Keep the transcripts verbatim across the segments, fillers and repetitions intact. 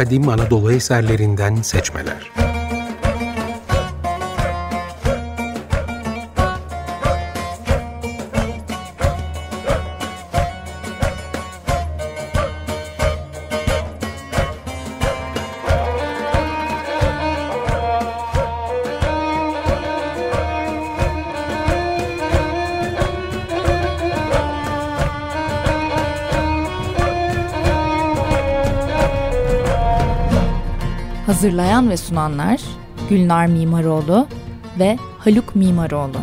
kadim Anadolu eserlerinden seçmeler. Hazırlayan ve sunanlar Gülnar Mimaroğlu ve Haluk Mimaroğlu.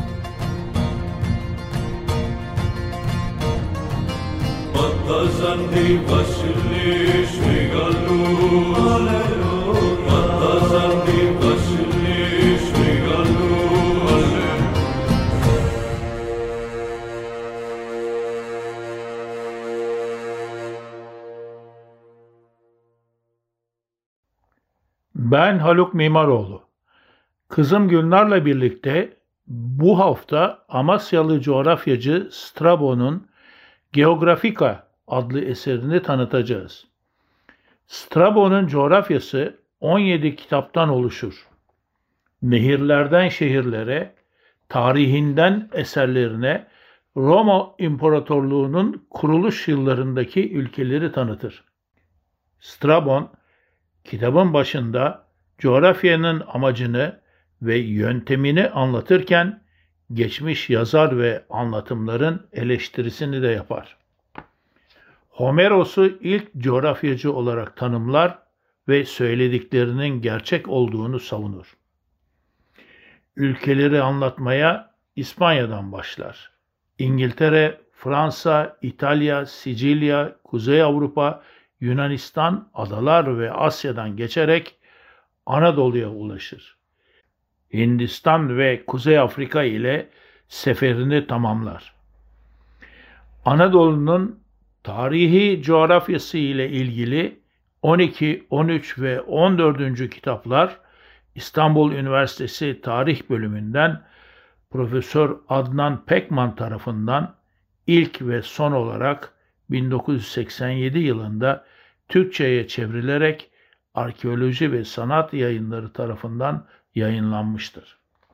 Ben Haluk Mimaroğlu. Kızım Gülnar'la birlikte bu hafta Amasyalı coğrafyacı Strabo'nun Geografika adlı eserini tanıtacağız. Strabo'nun coğrafyası on yedi kitaptan oluşur. Nehirlerden şehirlere, tarihinden eserlerine Roma İmparatorluğu'nun kuruluş yıllarındaki ülkeleri tanıtır. Strabon, kitabın başında coğrafyanın amacını ve yöntemini anlatırken geçmiş yazar ve anlatımların eleştirisini de yapar. Homeros'u ilk coğrafyacı olarak tanımlar ve söylediklerinin gerçek olduğunu savunur. Ülkeleri anlatmaya İspanya'dan başlar. İngiltere, Fransa, İtalya, Sicilya, Kuzey Avrupa, Yunanistan, adalar ve Asya'dan geçerek Anadolu'ya ulaşır. Hindistan ve Kuzey Afrika ile seferini tamamlar. Anadolu'nun tarihi coğrafyası ile ilgili on iki, on üç ve on dördüncü kitaplar İstanbul Üniversitesi Tarih Bölümünden Profesör Adnan Pekman tarafından ilk ve son olarak bin dokuz yüz seksen yedi yılında Türkçe'ye çevrilerek Arkeoloji ve Sanat Yayınları tarafından yayınlanmıştır.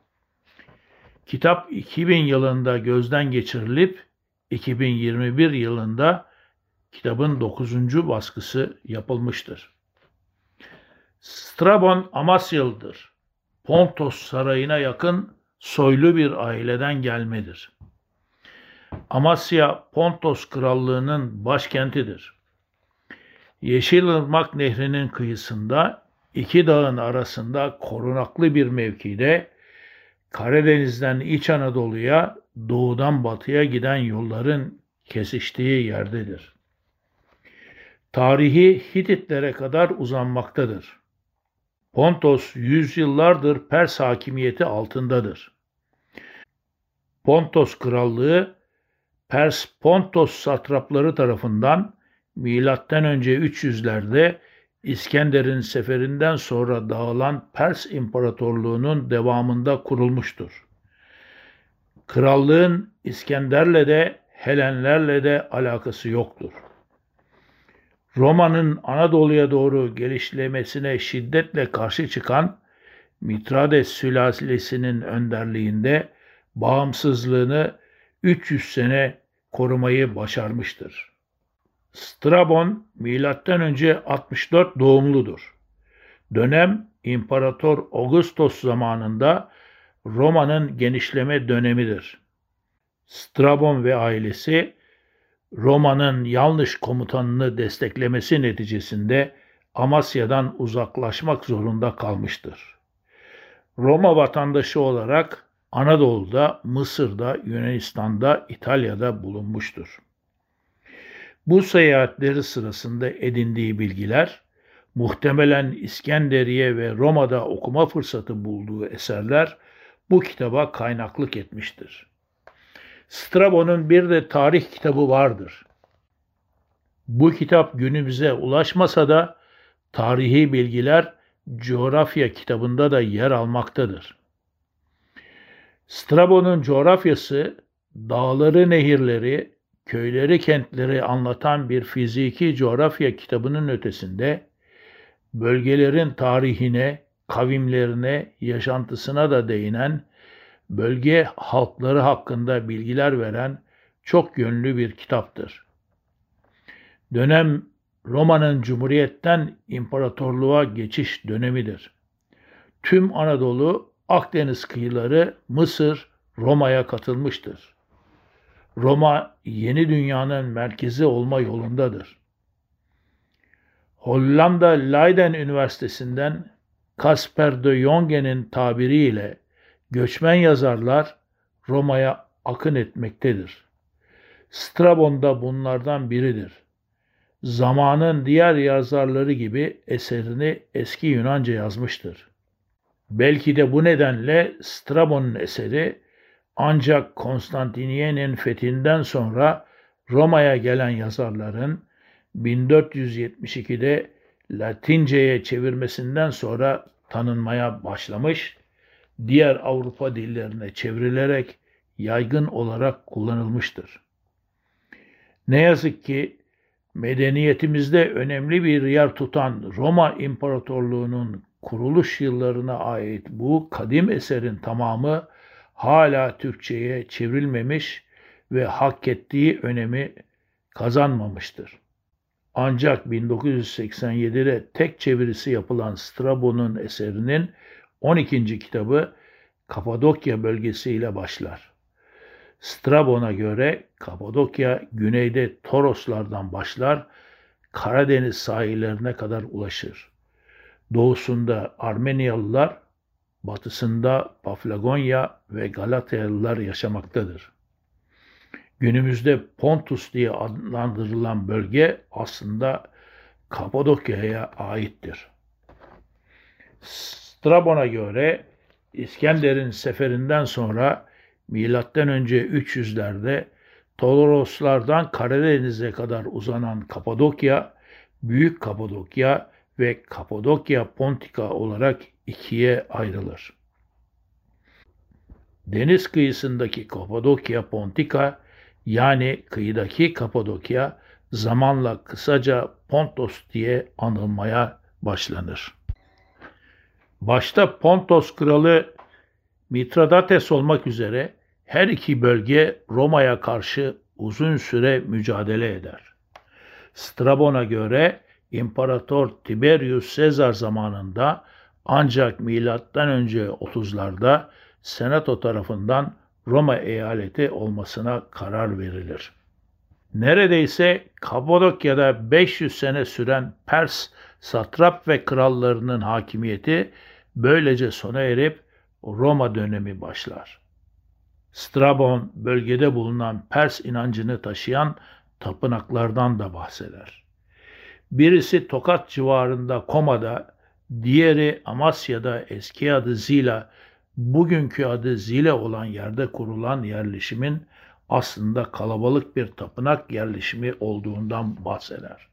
Kitap iki bin yılında gözden geçirilip iki bin yirmi bir yılında kitabın dokuzuncu baskısı yapılmıştır. Strabon Amasyalıdır. Pontos Sarayı'na yakın soylu bir aileden gelmedir. Amasya, Pontos Krallığı'nın başkentidir. Yeşilırmak Nehri'nin kıyısında, iki dağın arasında korunaklı bir mevkide, Karadeniz'den İç Anadolu'ya, doğudan batıya giden yolların kesiştiği yerdedir. Tarihi Hititlere kadar uzanmaktadır. Pontos yüzyıllardır Pers hakimiyeti altındadır. Pontos Krallığı, Pers Pontos satrapları tarafından milattan önce üç yüzlerde İskender'in seferinden sonra dağılan Pers İmparatorluğu'nun devamında kurulmuştur. Krallığın İskender'le de Helenlerle de alakası yoktur. Roma'nın Anadolu'ya doğru gelişlemesine şiddetle karşı çıkan Mitrades sülalesinin önderliğinde bağımsızlığını üç yüz sene korumayı başarmıştır. Strabon milattan önce altmış dört doğumludur. Dönem İmparator Augustus zamanında Roma'nın genişleme dönemidir. Strabon ve ailesi Roma'nın yanlış komutanını desteklemesi neticesinde Amasya'dan uzaklaşmak zorunda kalmıştır. Roma vatandaşı olarak Anadolu'da, Mısır'da, Yunanistan'da, İtalya'da bulunmuştur. Bu seyahatleri sırasında edindiği bilgiler, muhtemelen İskenderiye ve Roma'da okuma fırsatı bulduğu eserler bu kitaba kaynaklık etmiştir. Strabon'un bir de tarih kitabı vardır. Bu kitap günümüze ulaşmasa da tarihi bilgiler coğrafya kitabında da yer almaktadır. Strabon'un coğrafyası, dağları, nehirleri, köyleri, kentleri anlatan bir fiziki coğrafya kitabının ötesinde bölgelerin tarihine, kavimlerine, yaşantısına da değinen, bölge halkları hakkında bilgiler veren çok yönlü bir kitaptır. Dönem Roma'nın Cumhuriyet'ten imparatorluğa geçiş dönemidir. Tüm Anadolu, Akdeniz kıyıları, Mısır, Roma'ya katılmıştır. Roma, yeni dünyanın merkezi olma yolundadır. Hollanda Leiden Üniversitesi'nden Casper de Jonge'nin tabiriyle göçmen yazarlar Roma'ya akın etmektedir. Strabon da bunlardan biridir. Zamanın diğer yazarları gibi eserini eski Yunanca yazmıştır. Belki de bu nedenle Strabon'un eseri ancak Konstantiniye'nin fethinden sonra Roma'ya gelen yazarların bin dört yüz yetmiş ikide Latince'ye çevirmesinden sonra tanınmaya başlamış, diğer Avrupa dillerine çevrilerek yaygın olarak kullanılmıştır. Ne yazık ki medeniyetimizde önemli bir yer tutan Roma İmparatorluğu'nun kuruluş yıllarına ait bu kadim eserin tamamı hala Türkçe'ye çevrilmemiş ve hak ettiği önemi kazanmamıştır. Ancak bin dokuz yüz seksen yedide tek çevirisi yapılan Strabon'un eserinin on ikinci kitabı Kapadokya bölgesiyle başlar. Strabon'a göre Kapadokya güneyde Toroslardan başlar, Karadeniz sahillerine kadar ulaşır. Doğusunda Armenyalılar, batısında Paflagonya ve Galatyalılar yaşamaktadır. Günümüzde Pontus diye adlandırılan bölge aslında Kapadokya'ya aittir. Strabon'a göre İskender'in seferinden sonra milattan önce üç yüzlerde Toroslardan Karadeniz'e kadar uzanan Kapadokya, Büyük Kapadokya ve Kapadokya Pontika olarak ikiye ayrılır. Deniz kıyısındaki Kapadokya Pontika, yani kıyıdaki Kapadokya, zamanla kısaca Pontos diye anılmaya başlanır. Başta Pontos kralı Mitradates olmak üzere her iki bölge Roma'ya karşı uzun süre mücadele eder. Strabon'a göre İmparator Tiberius Caesar zamanında ancak milattan önce otuzlarda Senato tarafından Roma eyaleti olmasına karar verilir. Neredeyse Kapadokya'da beş yüz sene süren Pers satrap ve krallarının hakimiyeti böylece sona erip Roma dönemi başlar. Strabon bölgede bulunan Pers inancını taşıyan tapınaklardan da bahseder. Birisi Tokat civarında Koma'da, diğeri Amasya'da eski adı Zila, bugünkü adı Zile olan yerde kurulan yerleşimin aslında kalabalık bir tapınak yerleşimi olduğundan bahseder.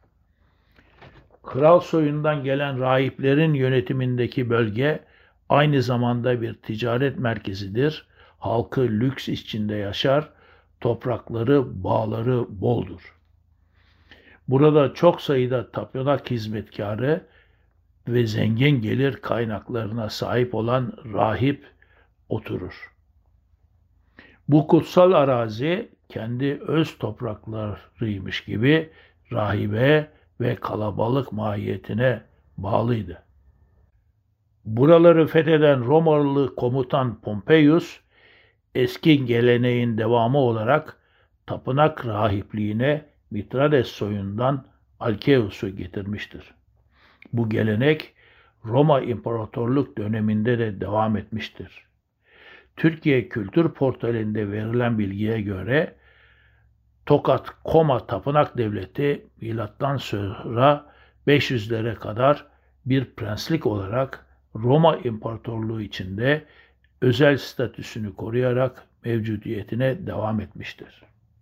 Kral soyundan gelen rahiplerin yönetimindeki bölge aynı zamanda bir ticaret merkezidir. Halkı lüks içinde yaşar, toprakları, bağları boldur. Burada çok sayıda tapınak hizmetkarı ve zengin gelir kaynaklarına sahip olan rahip oturur. Bu kutsal arazi kendi öz topraklarıymış gibi rahibe ve kalabalık mahiyetine bağlıydı. Buraları fetheden Romalı komutan Pompeius, eski geleneğin devamı olarak tapınak rahipliğine Mitrades soyundan Alkeus'u getirmiştir. Bu gelenek Roma İmparatorluk döneminde de devam etmiştir. Türkiye Kültür Portali'nde verilen bilgiye göre Tokat Koma Tapınak Devleti milattan sonra beş yüzlere kadar bir prenslik olarak Roma İmparatorluğu içinde özel statüsünü koruyarak mevcudiyetine devam etmiştir.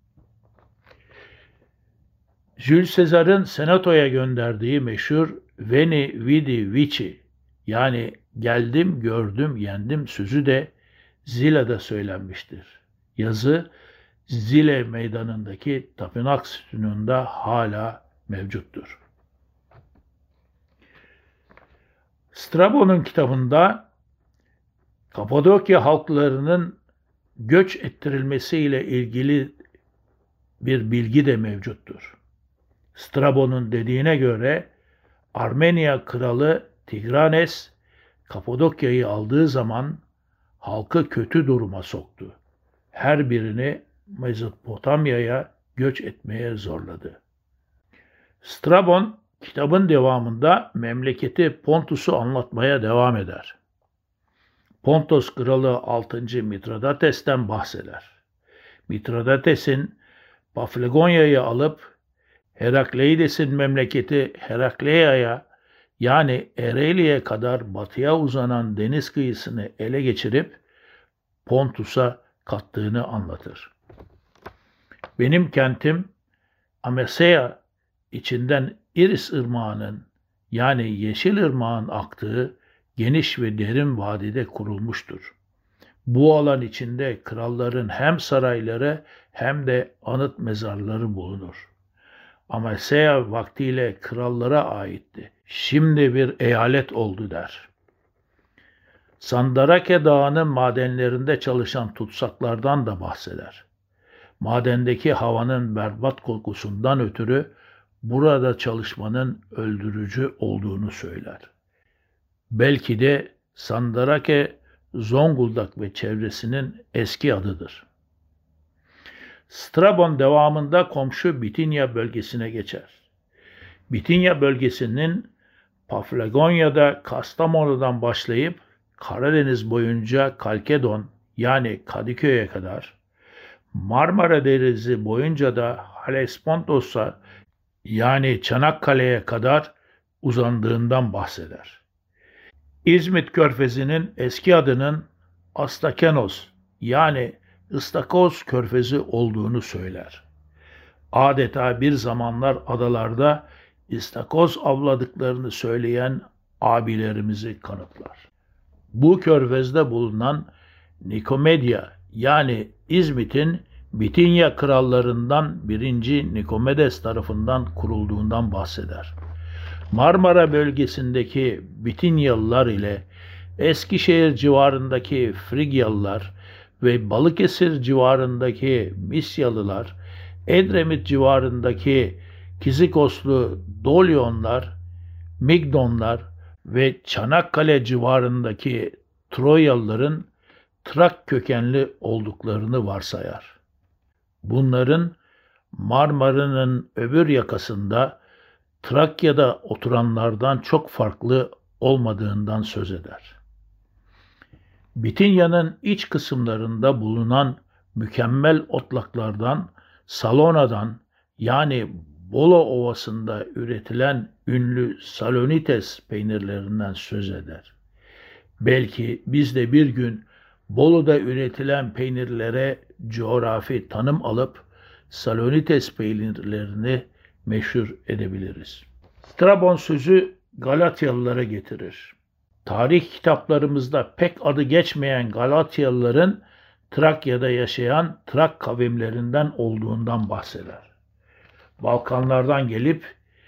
Jules Caesar'ın Senato'ya gönderdiği meşhur Veni Vidi Vici, yani geldim, gördüm, yendim sözü de Zila'da söylenmiştir. Yazı Zile meydanındaki tapınak sütununda hala mevcuttur. Strabon'un kitabında Kapadokya halklarının göç ettirilmesiyle ilgili bir bilgi de mevcuttur. Strabon'un dediğine göre Armenya kralı Tigranes Kapadokya'yı aldığı zaman halkı kötü duruma soktu. Her birini Mezopotamya'ya göç etmeye zorladı. Strabon kitabın devamında memleketi Pontus'u anlatmaya devam eder. Pontos kralı altıncı Mitradates'ten bahseder. Mitradates'in Paflagonya'yı alıp Herakleides'in memleketi Herakleia'ya yani Ereğli'ye kadar batıya uzanan deniz kıyısını ele geçirip Pontus'a kattığını anlatır. Benim kentim Amasea içinden Iris ırmağının yani Yeşil ırmağın aktığı geniş ve derin vadide kurulmuştur. Bu alan içinde kralların hem sarayları hem de anıt mezarları bulunur. Amasea vaktiyle krallara aitti. Şimdi bir eyalet oldu der. Sandarake Dağı'nın madenlerinde çalışan tutsaklardan da bahseder. Madendeki havanın berbat kokusundan ötürü burada çalışmanın öldürücü olduğunu söyler. Belki de Sandarake, Zonguldak ve çevresinin eski adıdır. Strabon devamında komşu Bitinya bölgesine geçer. Bitinya bölgesinin Paflagonya'da Kastamonu'dan başlayıp Karadeniz boyunca Kalkedon yani Kadıköy'e kadar, Marmara Denizi boyunca da Hellespontos'a yani Çanakkale'ye kadar uzandığından bahseder. İzmit Körfezi'nin eski adının Astakenos yani İstakoz Körfezi olduğunu söyler. Adeta bir zamanlar adalarda istakoz avladıklarını söyleyen abilerimizi kanıtlar. Bu körfezde bulunan Nikomedya yani İzmit'in Bitinya krallarından birinci Nikomedes tarafından kurulduğundan bahseder. Marmara bölgesindeki Bitinyalılar ile Eskişehir civarındaki Frigyalılar ve Balıkesir civarındaki Misyalılar, Edremit civarındaki Kizikoslu Dolyonlar, Migdonlar ve Çanakkale civarındaki Troyalıların Trak kökenli olduklarını varsayar. Bunların Marmara'nın öbür yakasında Trakya'da oturanlardan çok farklı olmadığından söz eder. Bitinya'nın iç kısımlarında bulunan mükemmel otlaklardan, Salona'dan yani Bolo Ovası'nda üretilen ünlü Salonites peynirlerinden söz eder. Belki biz de bir gün Bolu'da üretilen peynirlere coğrafi tanım alıp Salonites peynirlerini meşhur edebiliriz. Strabon sözü Galatyalılara getirir. Tarih kitaplarımızda pek adı geçmeyen Galatyalıların Trakya'da yaşayan Trak kavimlerinden olduğundan bahseder. Balkanlardan gelip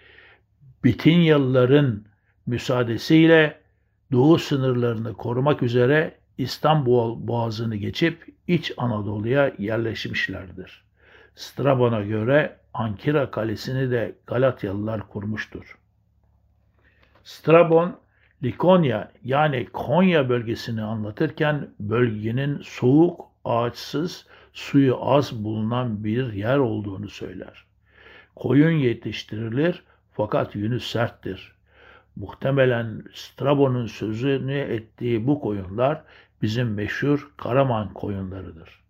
Bitinyalıların müsaadesiyle doğu sınırlarını korumak üzere İstanbul Boğazı'nı geçip İç Anadolu'ya yerleşmişlerdir. Strabon'a göre Ankira Kalesi'ni de Galatyalılar kurmuştur. Strabon, Likonya yani Konya bölgesini anlatırken bölgenin soğuk, ağaçsız, suyu az bulunan bir yer olduğunu söyler. Koyun yetiştirilir fakat yünü serttir. Muhtemelen Strabon'un sözünü ettiği bu koyunlar bizim meşhur Karaman koyunlarıdır.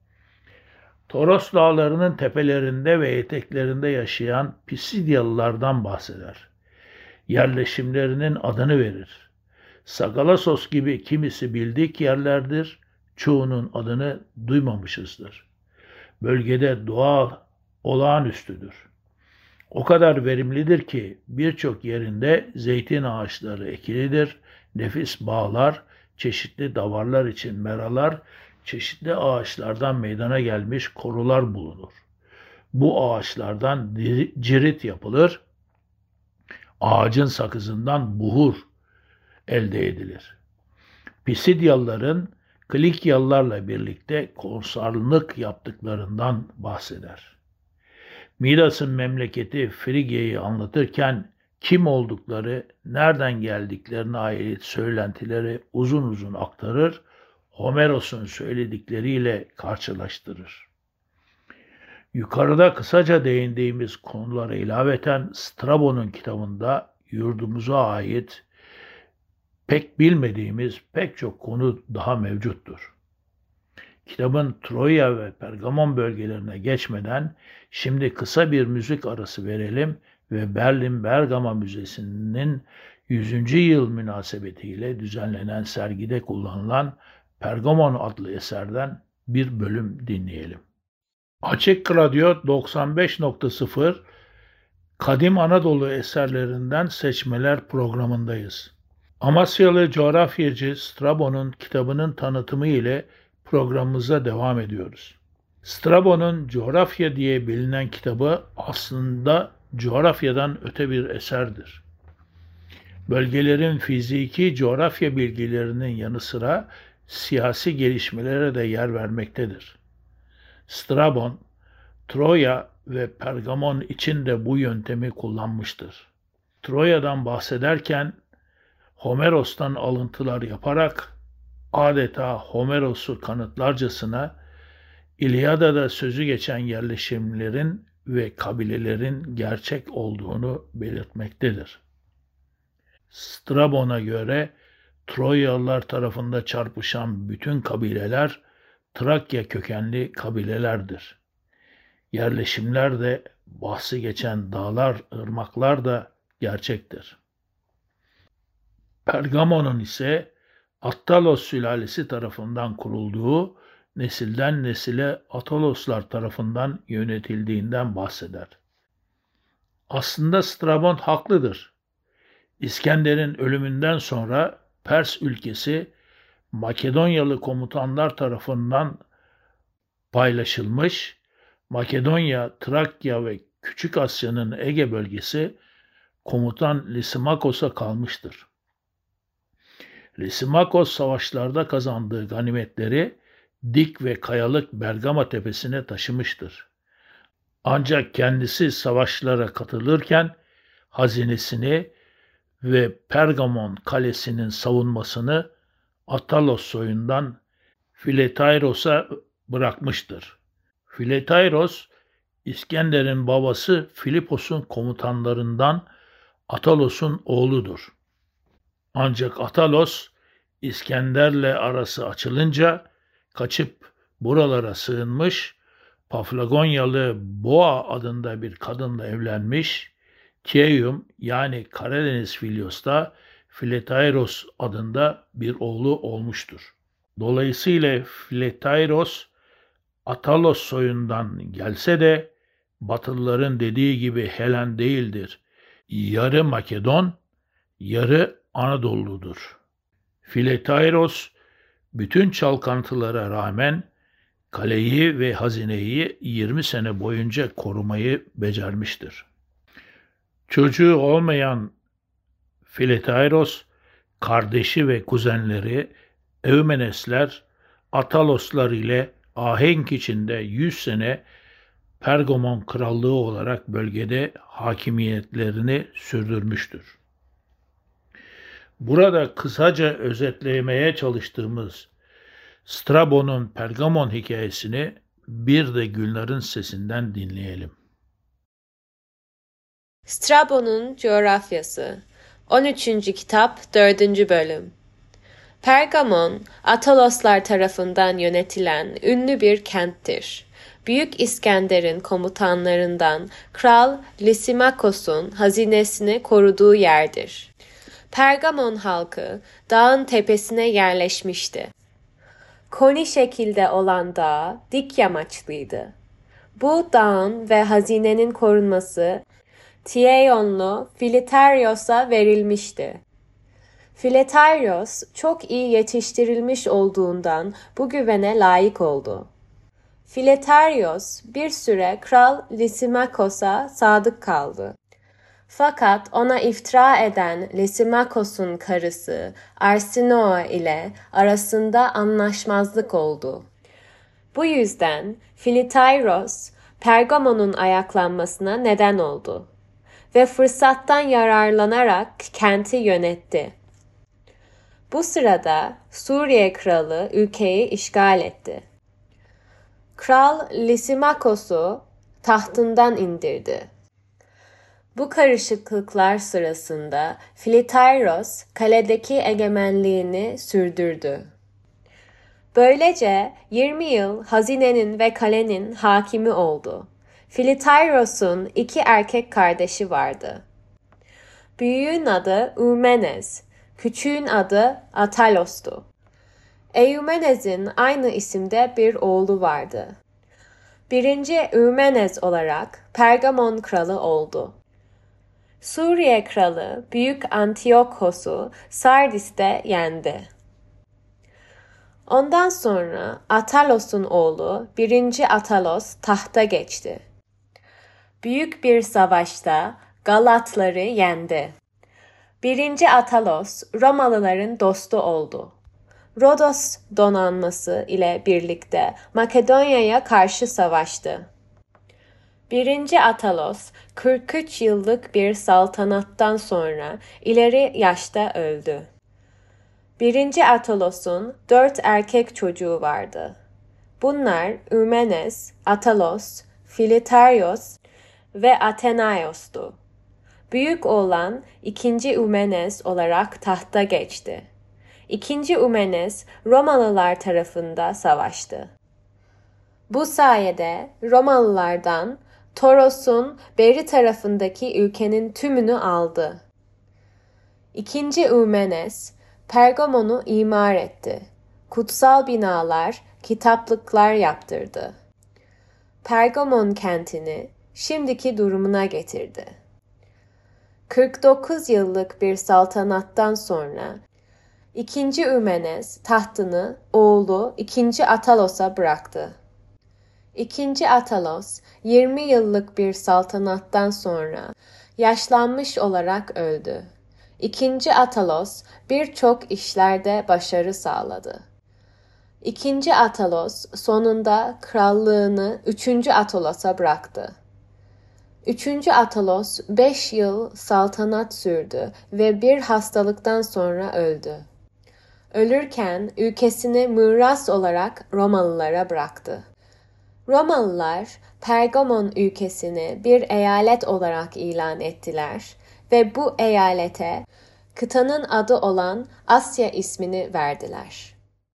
Toros dağlarının tepelerinde ve eteklerinde yaşayan Pisidyalılardan bahseder. Yerleşimlerinin adını verir. Sagalassos gibi kimisi bildik yerlerdir, çoğunun adını duymamışızdır. Bölgede doğa olağanüstüdür. O kadar verimlidir ki birçok yerinde zeytin ağaçları ekilidir, nefis bağlar, çeşitli davarlar için meralar, çeşitli ağaçlardan meydana gelmiş korular bulunur. Bu ağaçlardan cirit yapılır, ağacın sakızından buhur, elde edilir. Pisidyalıların Klikyalılarla birlikte konsarlık yaptıklarından bahseder. Midas'ın memleketi Frigya'yı anlatırken kim oldukları, nereden geldiklerine ait söylentileri uzun uzun aktarır, Homeros'un söyledikleriyle karşılaştırır. Yukarıda kısaca değindiğimiz konulara ilaveten Strabon'un kitabında yurdumuza ait pek bilmediğimiz pek çok konu daha mevcuttur. Kitabın Troya ve Pergamon bölgelerine geçmeden şimdi kısa bir müzik arası verelim ve Berlin Bergama Müzesi'nin yüzüncü yıl münasebetiyle düzenlenen sergide kullanılan Pergamon adlı eserden bir bölüm dinleyelim. Açık Radyo doksan beş nokta sıfır Kadim Anadolu eserlerinden seçmeler programındayız. Amasyalı coğrafyacı Strabon'un kitabının tanıtımı ile programımıza devam ediyoruz. Strabon'un Coğrafya diye bilinen kitabı aslında coğrafyadan öte bir eserdir. Bölgelerin fiziki coğrafya bilgilerinin yanı sıra siyasi gelişmelere de yer vermektedir. Strabon, Troya ve Pergamon için de bu yöntemi kullanmıştır. Troya'dan bahsederken Homeros'tan alıntılar yaparak adeta Homeros'u kanıtlarcasına İlyada'da sözü geçen yerleşimlerin ve kabilelerin gerçek olduğunu belirtmektedir. Strabon'a göre Troyalılar tarafında çarpışan bütün kabileler Trakya kökenli kabilelerdir. Yerleşimler de bahsi geçen dağlar, ırmaklar da gerçektir. Pergamon'un ise Attalos sülalesi tarafından kurulduğu, nesilden nesile Ataloslar tarafından yönetildiğinden bahseder. Aslında Strabon haklıdır. İskender'in ölümünden sonra Pers ülkesi Makedonyalı komutanlar tarafından paylaşılmış, Makedonya, Trakya ve Küçük Asya'nın Ege bölgesi komutan Lysimakos'a kalmıştır. Lysimakos savaşlarda kazandığı ganimetleri dik ve kayalık Bergama tepesine taşımıştır. Ancak kendisi savaşlara katılırken hazinesini ve Pergamon kalesinin savunmasını Attalos soyundan Filetairos'a bırakmıştır. Filetairos, İskender'in babası Filipos'un komutanlarından Atalos'un oğludur. Ancak Atalos, İskender'le arası açılınca kaçıp buralara sığınmış, Paflagonyalı Boğa adında bir kadınla evlenmiş, Kieyum yani Karadeniz Filyos'ta Filetairos adında bir oğlu olmuştur. Dolayısıyla Filetairos, Atalos soyundan gelse de Batılıların dediği gibi Helen değildir. Yarı Makedon, yarı Anadolu'dur. Filetairos bütün çalkantılara rağmen kaleyi ve hazineyi yirmi sene boyunca korumayı becermiştir. Çocuğu olmayan Filetairos, kardeşi ve kuzenleri Eumenesler, Ataloslar ile ahenk içinde yüz sene Pergamon krallığı olarak bölgede hakimiyetlerini sürdürmüştür. Burada kısaca özetlemeye çalıştığımız Strabon'un Pergamon hikayesini bir de Gülnar'ın sesinden dinleyelim. Strabon'un Coğrafyası on üçüncü kitap dördüncü bölüm. Pergamon, Ataloslar tarafından yönetilen ünlü bir kenttir. Büyük İskender'in komutanlarından Kral Lysimakos'un hazinesini koruduğu yerdir. Pergamon halkı dağın tepesine yerleşmişti. Koni şekilde olan dağ dik yamaçlıydı. Bu dağın ve hazinenin korunması Tieonlu Filetarios'a verilmişti. Filetarios çok iyi yetiştirilmiş olduğundan bu güvene layık oldu. Filetarios bir süre Kral Lysimakos'a sadık kaldı. Fakat ona iftira eden Lysimakos'un karısı Arsinoe ile arasında anlaşmazlık oldu. Bu yüzden Philitairos, Pergamon'un ayaklanmasına neden oldu ve fırsattan yararlanarak kenti yönetti. Bu sırada Suriye kralı ülkeyi işgal etti. Kral Lysimakos'u tahtından indirdi. Bu karışıklıklar sırasında Philitairos kaledeki egemenliğini sürdürdü. Böylece yirmi yıl hazinenin ve kalenin hakimi oldu. Philitairos'un iki erkek kardeşi vardı. Büyüğün adı Eumenes, küçüğün adı Atalos'tu. Eumenes'in aynı isimde bir oğlu vardı. Birinci Eumenes olarak Pergamon kralı oldu. Suriye kralı Büyük Antiochos'u Sardis'te yendi. Ondan sonra Atalos'un oğlu birinci Atalos tahta geçti. Büyük bir savaşta Galatları yendi. birinci Atalos Romalıların dostu oldu. Rodos donanması ile birlikte Makedonya'ya karşı savaştı. birinci Atalos kırk üç yıllık bir saltanattan sonra ileri yaşta öldü. birinci Atalos'un dört erkek çocuğu vardı. Bunlar Eumenes, Atalos, Philitairos ve Athenaios'tu. Büyük oğlan ikinci Eumenes olarak tahta geçti. İkinci Eumenes Romalılar tarafında savaştı. Bu sayede Romalılardan Toros'un beri tarafındaki ülkenin tümünü aldı. İkinci Eumenes Pergamon'u imar etti. Kutsal binalar, kitaplıklar yaptırdı. Pergamon kentini şimdiki durumuna getirdi. kırk dokuz yıllık bir saltanattan sonra ikinci Eumenes tahtını oğlu ikinci Atalos'a bıraktı. İkinci Atalos yirmi yıllık bir saltanattan sonra yaşlanmış olarak öldü. İkinci Atalos birçok işlerde başarı sağladı. İkinci Atalos sonunda krallığını üçüncü Atalos'a bıraktı. Üçüncü Atalos beş yıl saltanat sürdü ve bir hastalıktan sonra öldü. Ölürken ülkesini miras olarak Romalılara bıraktı. Romalılar Pergamon ülkesini bir eyalet olarak ilan ettiler ve bu eyalete kıtanın adı olan Asya ismini verdiler.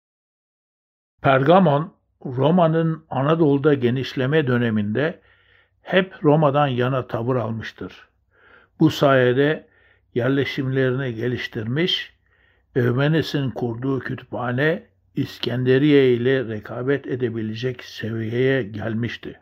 Pergamon, Roma'nın Anadolu'da genişleme döneminde hep Roma'dan yana tavır almıştır. Bu sayede yerleşimlerini geliştirmiş, Eumenes'in kurduğu kütüphane İskenderiye ile rekabet edebilecek seviyeye gelmişti.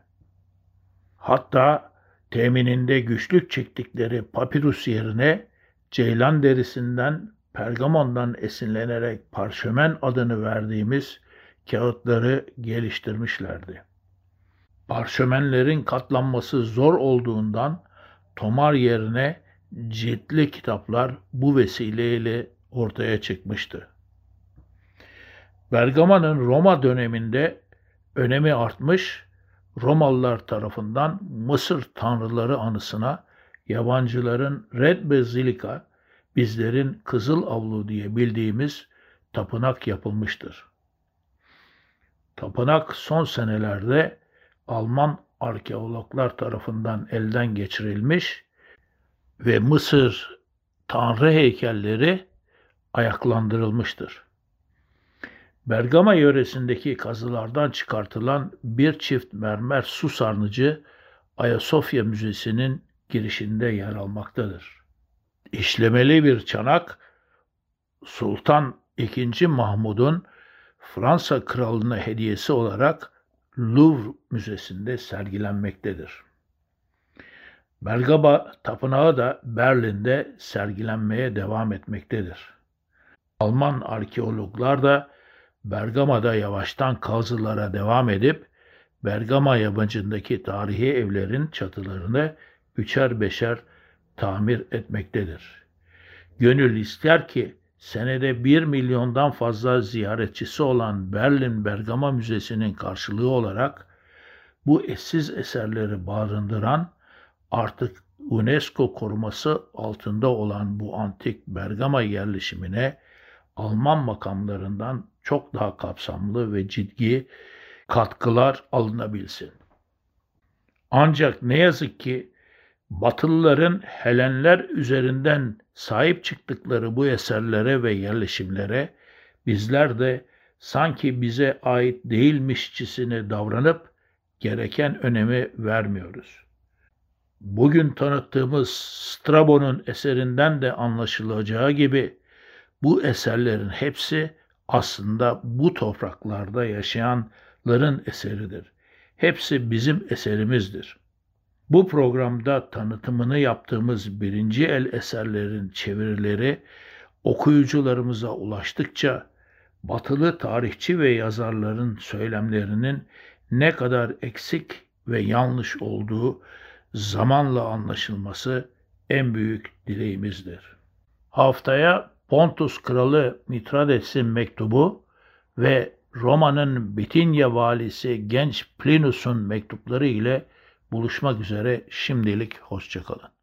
Hatta temininde güçlük çektikleri papirus yerine ceylan derisinden Pergamon'dan esinlenerek parşömen adını verdiğimiz kağıtları geliştirmişlerdi. Parşömenlerin katlanması zor olduğundan tomar yerine ciltli kitaplar bu vesileyle ortaya çıkmıştı. Bergama'nın Roma döneminde önemi artmış, Romalılar tarafından Mısır tanrıları anısına yabancıların Red Basilica, bizlerin Kızıl Avlu diye bildiğimiz tapınak yapılmıştır. Tapınak son senelerde Alman arkeologlar tarafından elden geçirilmiş ve Mısır tanrı heykelleri ayaklandırılmıştır. Bergama yöresindeki kazılardan çıkartılan bir çift mermer su sarnıcı Ayasofya Müzesi'nin girişinde yer almaktadır. İşlemeli bir çanak Sultan ikinci. Mahmud'un Fransa kralına hediyesi olarak Louvre Müzesi'nde sergilenmektedir. Bergama Tapınağı da Berlin'de sergilenmeye devam etmektedir. Alman arkeologlar da Bergama'da yavaştan kazılara devam edip Bergama yamacındaki tarihi evlerin çatılarını üçer beşer tamir etmektedir. Gönül ister ki senede bir milyondan fazla ziyaretçisi olan Berlin Bergama Müzesi'nin karşılığı olarak bu eşsiz eserleri barındıran, artık UNESCO koruması altında olan bu antik Bergama yerleşimine Alman makamlarından çok daha kapsamlı ve ciddi katkılar alınabilsin. Ancak ne yazık ki Batılıların Helenler üzerinden sahip çıktıkları bu eserlere ve yerleşimlere bizler de sanki bize ait değilmişçesine davranıp gereken önemi vermiyoruz. Bugün tanıttığımız Strabo'nun eserinden de anlaşılacağı gibi bu eserlerin hepsi aslında bu topraklarda yaşayanların eseridir. Hepsi bizim eserimizdir. Bu programda tanıtımını yaptığımız birinci el eserlerin çevirileri okuyucularımıza ulaştıkça batılı tarihçi ve yazarların söylemlerinin ne kadar eksik ve yanlış olduğu zamanla anlaşılması en büyük dileğimizdir. Haftaya Pontus Kralı Mitrades'in mektubu ve Roma'nın Bitinya valisi genç Plinus'un mektupları ile buluşmak üzere, şimdilik hoşça kalın.